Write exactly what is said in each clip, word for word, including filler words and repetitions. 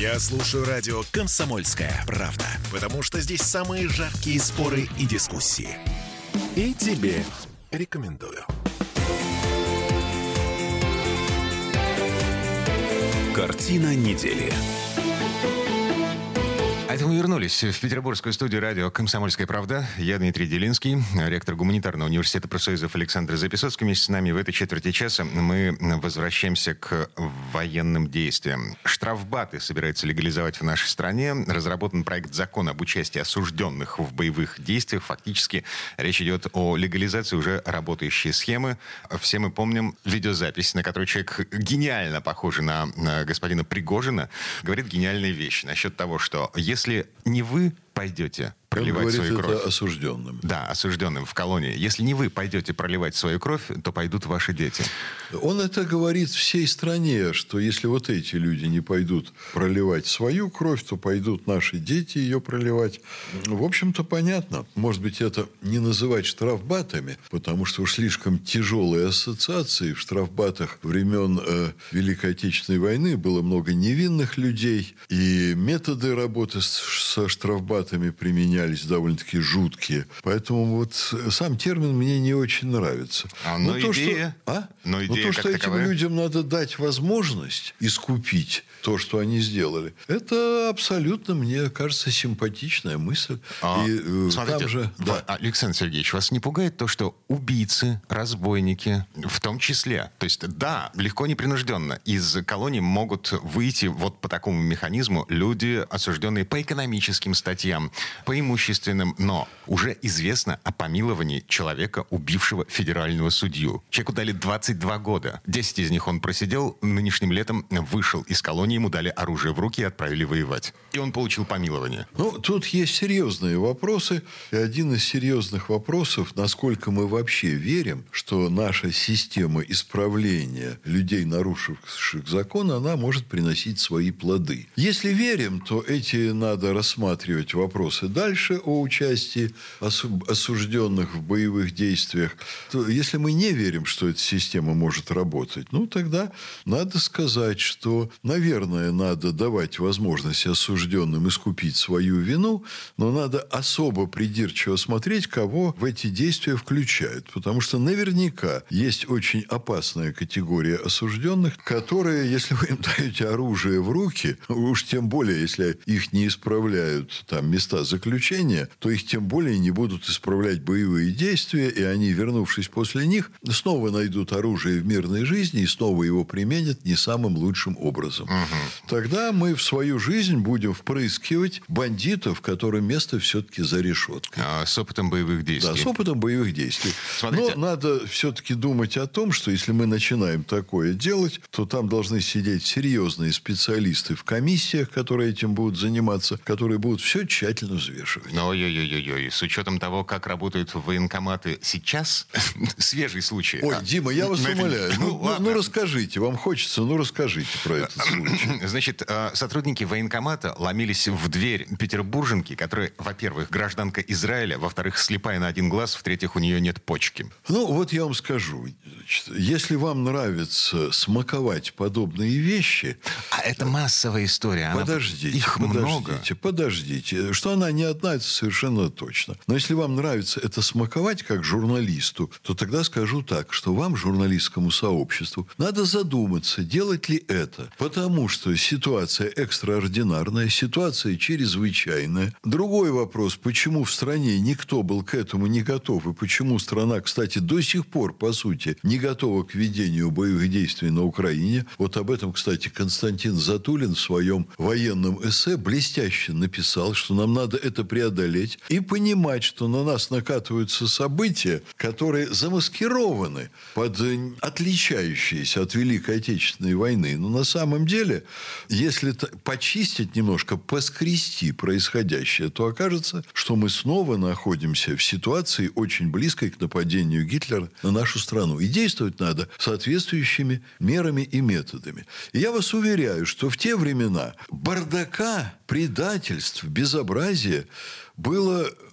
Я слушаю радио «Комсомольская правда», потому что здесь самые жаркие споры и дискуссии. И тебе рекомендую. Картина недели. А это мы вернулись в петербургскую студию радио «Комсомольская правда». Я Дмитрий Делинский, ректор гуманитарного университета профсоюзов Александр Записоцкий. Вместе с нами в этой четверти часа мы возвращаемся к военным действиям. Штрафбаты собираются легализовать в нашей стране. Разработан проект закона об участии осужденных в боевых действиях. Фактически речь идет о легализации уже работающей схемы. Все мы помним видеозапись, на которой человек, гениально похожий на господина Пригожина, говорит гениальные вещи насчет того, что если Если не вы пойдете проливать Он свою говорит кровь... это осужденным. Да, осужденным в колонии. Если не вы пойдете проливать свою кровь, то пойдут ваши дети. Он это говорит всей стране, что если вот эти люди не пойдут проливать свою кровь, то пойдут наши дети ее проливать. В общем-то, понятно. Может быть, это не называть штрафбатами, потому что уж слишком тяжелые ассоциации. В штрафбатах времен э, Великой Отечественной войны было много невинных людей, и методы работы с, со штрафбатами применялись довольно-таки жуткие. Поэтому вот сам термин мне не очень нравится. А, но, но то, идея, что, а? но идея но то, что этим таковая... людям надо дать возможность искупить то, что они сделали, это абсолютно, мне кажется, симпатичная мысль. А, И, смотрите, там же, в... да. Александр Сергеевич, вас не пугает то, что убийцы, разбойники, в том числе, то есть, да, легко непринужденно, из колонии могут выйти вот по такому механизму люди, осужденные по экономическим статьям, по имущественным, но уже известно о помиловании человека, убившего федерального судью. Человеку дали двадцать два года. десять из них он просидел, нынешним летом вышел из колонии, ему дали оружие в руки и отправили воевать. И он получил помилование. Ну, тут есть серьезные вопросы. И один из серьезных вопросов, насколько мы вообще верим, что наша система исправления людей, нарушивших закон, она может приносить свои плоды. Если верим, то эти надо рассматривать вопросы дальше о участии осужденных в боевых действиях. То если мы не верим, что эта система может работать, ну, тогда надо сказать, что, наверное, надо давать возможность осужденным искупить свою вину, но надо особо придирчиво смотреть, кого в эти действия включают. Потому что наверняка есть очень опасная категория осужденных, которые, если вы им даете оружие в руки, уж тем более, если их не исправляют там места заключения, то их тем более не будут исправлять боевые действия, и они, вернувшись после них, снова найдут оружие в мирной жизни и снова его применят не самым лучшим образом. Угу. Тогда мы в свою жизнь будем впрыскивать бандитов, которым место все-таки за решеткой. А, с опытом боевых действий. Да, с опытом боевых действий. Смотрите. Но надо все-таки думать о том, что если мы начинаем такое делать, то там должны сидеть серьезные специалисты в комиссиях, которые этим будут заниматься, которые будут все тщательно взвешивать. Ой-ой-ой, с учетом того, как работают военкоматы сейчас, свежий случай. Ой, а, Дима, я вас умоляю. Ну, ну, ну, расскажите, вам хочется, ну, расскажите про этот случай. Значит, сотрудники военкомата ломились в дверь петербурженки, которая, во-первых, гражданка Израиля, во-вторых, слепая на один глаз, в-третьих, у нее нет почки. Ну, вот я вам скажу. Значит, если вам нравится смаковать подобные вещи... А это массовая история. Подождите, она... Их подождите, много. подождите. Что она не одна, это совершенно точно. Но если вам нравится это смаковать как журналисту, то тогда скажу так, что вам, журналистскому сообществу, надо задуматься, делать ли это. Потому что ситуация экстраординарная, ситуация чрезвычайная. Другой вопрос, почему в стране никто был к этому не готов, и почему страна, кстати, до сих пор, по сути, не готова к ведению боевых действий на Украине. Вот об этом, кстати, Константин Затулин в своем военном эссе блестяще написал, что нам надо это преодолеть и понимать, что на нас накатываются события, которые замаскированы под отличающиеся от Великой Отечественной войны. Но на самом деле, если почистить немножко, поскрести происходящее, то окажется, что мы снова находимся в ситуации очень близкой к нападению Гитлера на нашу страну. И действовать надо соответствующими мерами и методами. И я вас уверяю, что в те времена бардака, предательств, безобразия было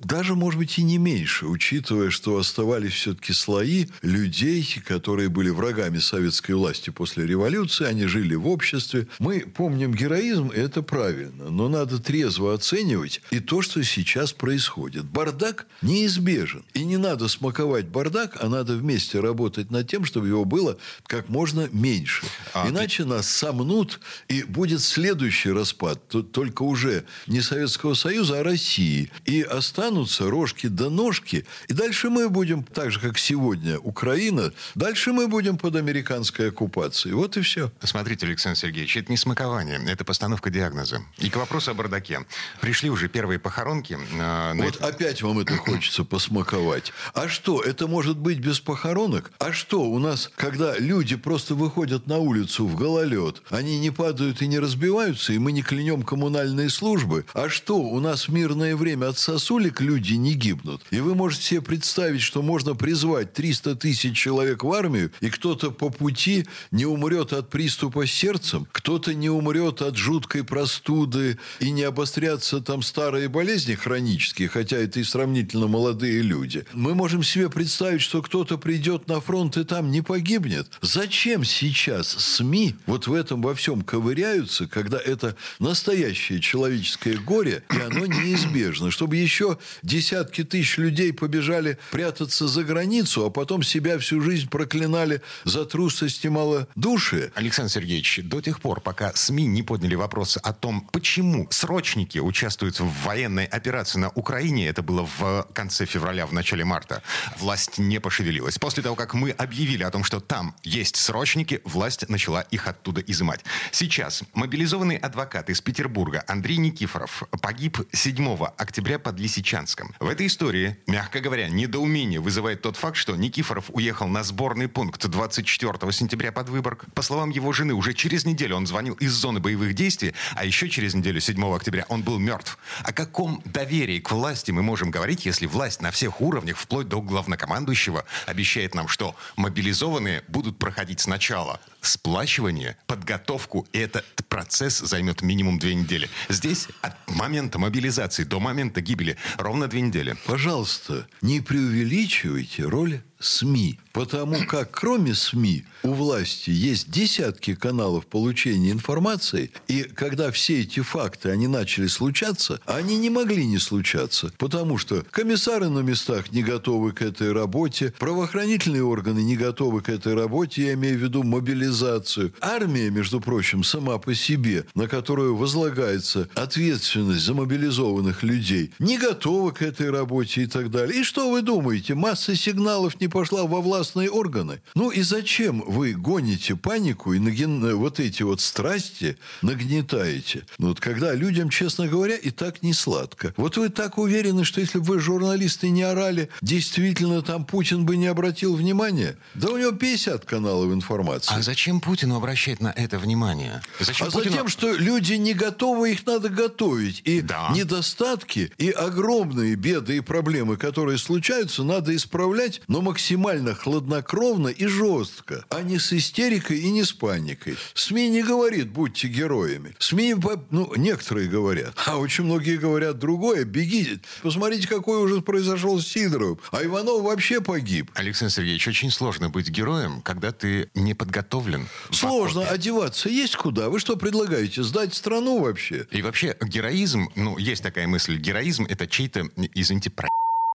даже, может быть, и не меньше, учитывая, что оставались все-таки слои людей, которые были врагами советской власти после революции, они жили в обществе. Мы помним героизм, и это правильно, но надо трезво оценивать и то, что сейчас происходит. Бардак неизбежен, и не надо смаковать бардак, а надо вместе работать над тем, чтобы его было как можно меньше. А Иначе ты... нас сомнут, и будет следующий распад, только уже не Советского Союза, а России. И останутся рожки до ножки, и дальше мы будем, так же, как сегодня Украина, дальше мы будем под американской оккупацией. Вот и все. Смотрите, Александр Сергеевич, это не смакование, это постановка диагноза. И к вопросу о бардаке. Пришли уже первые похоронки. Э, вот это... опять вам это хочется посмаковать. А что, это может быть без похоронок? А что, у нас, когда люди просто выходят на улицу в гололед, они не падают и не разбиваются, и мы не клянем коммунальные службы? А что, у нас в мирное время от сосулек люди не гибнут? И вы можете себе представить, что можно призвать триста тысяч человек в армию, и кто-то по пути не умрет от приступа сердцем, кто-то не умрет от жуткой простуды, и не обострятся там старые болезни хронические, хотя это и сравнительно молодые люди. Мы можем себе представить, что кто-то придет на фронт и там не погибнет. Зачем сейчас СМИ вот в этом во всем ковыряются, когда это настоящее человеческое горе, и оно неизбежно? Чтобы еще десятки тысяч людей побежали прятаться за границу, а потом себя всю жизнь проклинали за трусость и малодушие. Александр Сергеевич, до тех пор, пока СМИ не подняли вопрос о том, почему срочники участвуют в военной операции на Украине, это было в конце февраля, в начале марта, власть не пошевелилась. После того, как мы объявили о том, что там есть срочники, власть начала их оттуда изымать. Сейчас мобилизованный адвокат из Петербурга Андрей Никифоров погиб седьмого октября под Лисичанском. В этой истории, мягко говоря, недоумение вызывает тот факт, что Никифоров уехал на сборный пункт двадцать четвёртого сентября под Выборг. По словам его жены, уже через неделю он звонил из зоны боевых действий, а еще через неделю, седьмого октября, он был мертв. О каком доверии к власти мы можем говорить, если власть на всех уровнях, вплоть до главнокомандующего, обещает нам, что мобилизованные будут проходить сначала сплачивание, подготовку, и этот процесс займет минимум две недели. Здесь от момента мобилизации до момента гибели ровно две недели. Пожалуйста, не преувеличивайте роль СМИ. Потому как кроме СМИ у власти есть десятки каналов получения информации, и когда все эти факты, они начали случаться, они не могли не случаться, потому что комиссары на местах не готовы к этой работе, правоохранительные органы не готовы к этой работе, я имею в виду мобилизацию. Армия, между прочим, сама по себе, на которую возлагается ответственность за мобилизованных людей, не готова к этой работе и так далее. И что вы думаете, масса сигналов не пошла во властные органы? Ну и зачем вы гоните панику и наген... вот эти вот страсти нагнетаете? Ну, вот когда людям, честно говоря, и так не сладко. Вот вы так уверены, что если бы вы, журналисты, не орали, действительно там Путин бы не обратил внимания? Да у него пятьдесят каналов информации. А зачем Путину обращать на это внимание? Зачем а Путину... затем, что люди не готовы, их надо готовить. И да. недостатки, и огромные беды и проблемы, которые случаются, надо исправлять, но максимально хладнокровно и жестко, а не с истерикой и не с паникой. СМИ не говорит, будьте героями. СМИ, ну, некоторые говорят, а очень многие говорят другое. Бегите. Посмотрите, какой ужас произошел с Сидоровым. А Иванов вообще погиб. Александр Сергеевич, очень сложно быть героем, когда ты не подготовлен. Сложно. Одеваться есть куда? Вы что предлагаете? Сдать страну вообще? И вообще героизм, ну, есть такая мысль, героизм это чей-то, извините, про...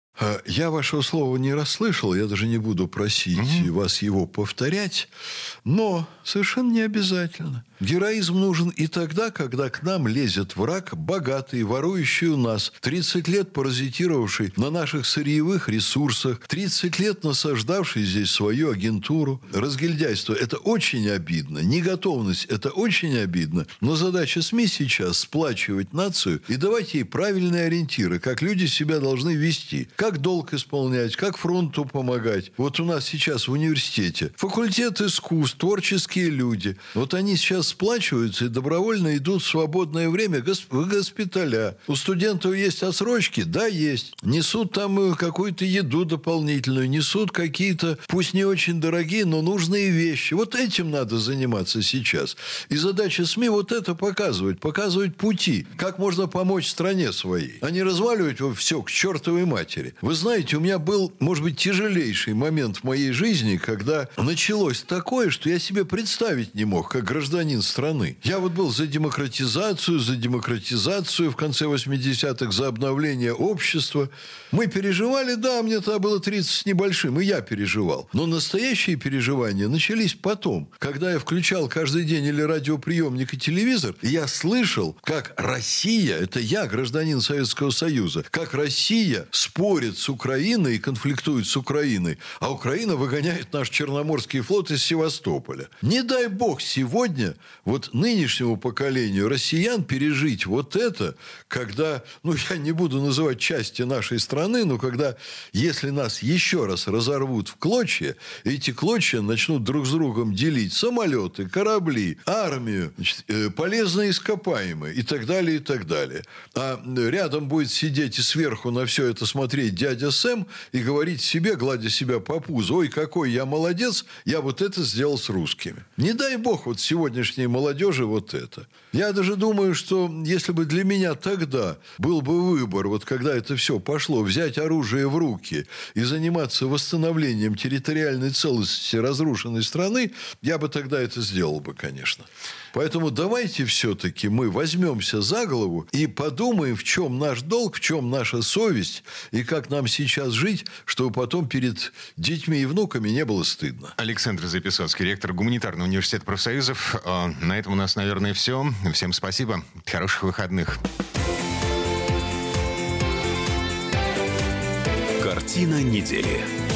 Я вашего слова не расслышал, я даже не буду просить mm-hmm. вас его повторять, но совершенно не обязательно. Героизм нужен и тогда, когда к нам лезет враг, богатый, ворующий у нас, тридцать лет паразитировавший на наших сырьевых ресурсах, тридцать лет насаждавший здесь свою агентуру. Разгильдяйство – это очень обидно, неготовность – это очень обидно, но задача СМИ сейчас – сплачивать нацию и давать ей правильные ориентиры, как люди себя должны вести. Как как долг исполнять, как фронту помогать. Вот у нас сейчас в университете факультет искусств, творческие люди. Вот они сейчас сплачиваются и добровольно идут в свободное время в госпиталя. У студентов есть отсрочки? Да, есть. Несут там какую-то еду дополнительную, несут какие-то, пусть не очень дорогие, но нужные вещи. Вот этим надо заниматься сейчас. И задача СМИ вот это показывать, показывать пути, как можно помочь стране своей, а не разваливать все к чертовой матери. Вы знаете, у меня был, может быть, тяжелейший момент в моей жизни, когда началось такое, что я себе представить не мог, как гражданин страны. Я вот был за демократизацию, за демократизацию в конце восьмидесятых, за обновление общества. Мы переживали, да, мне тогда было тридцать с небольшим, и я переживал. Но настоящие переживания начались потом, когда я включал каждый день или радиоприемник и телевизор, и я слышал, как Россия, это я, гражданин Советского Союза, как Россия спорит с Украиной и конфликтует с Украиной, а Украина выгоняет наш Черноморский флот из Севастополя. Не дай бог сегодня вот нынешнему поколению россиян пережить вот это, когда, ну, я не буду называть части нашей страны, но когда, если нас еще раз разорвут в клочья, эти клочья начнут друг с другом делить самолеты, корабли, армию, значит, э, полезные ископаемые и так далее, и так далее. А рядом будет сидеть и сверху на все это смотреть дядя Сэм и говорить себе, гладя себя по пузу: ой, какой я молодец, я вот это сделал с русскими. Не дай бог вот сегодняшней молодежи вот это. Я даже думаю, что если бы для меня тогда был бы выбор, вот когда это все пошло, взять оружие в руки и заниматься восстановлением территориальной целостности разрушенной страны, я бы тогда это сделал бы, конечно. Поэтому давайте все-таки мы возьмемся за голову и подумаем, в чем наш долг, в чем наша совесть, и как нам сейчас жить, чтобы потом перед детьми и внуками не было стыдно. Александр Записоцкий, ректор Гуманитарного университета профсоюзов. На этом у нас, наверное, все. Всем спасибо. Хороших выходных. Картина недели.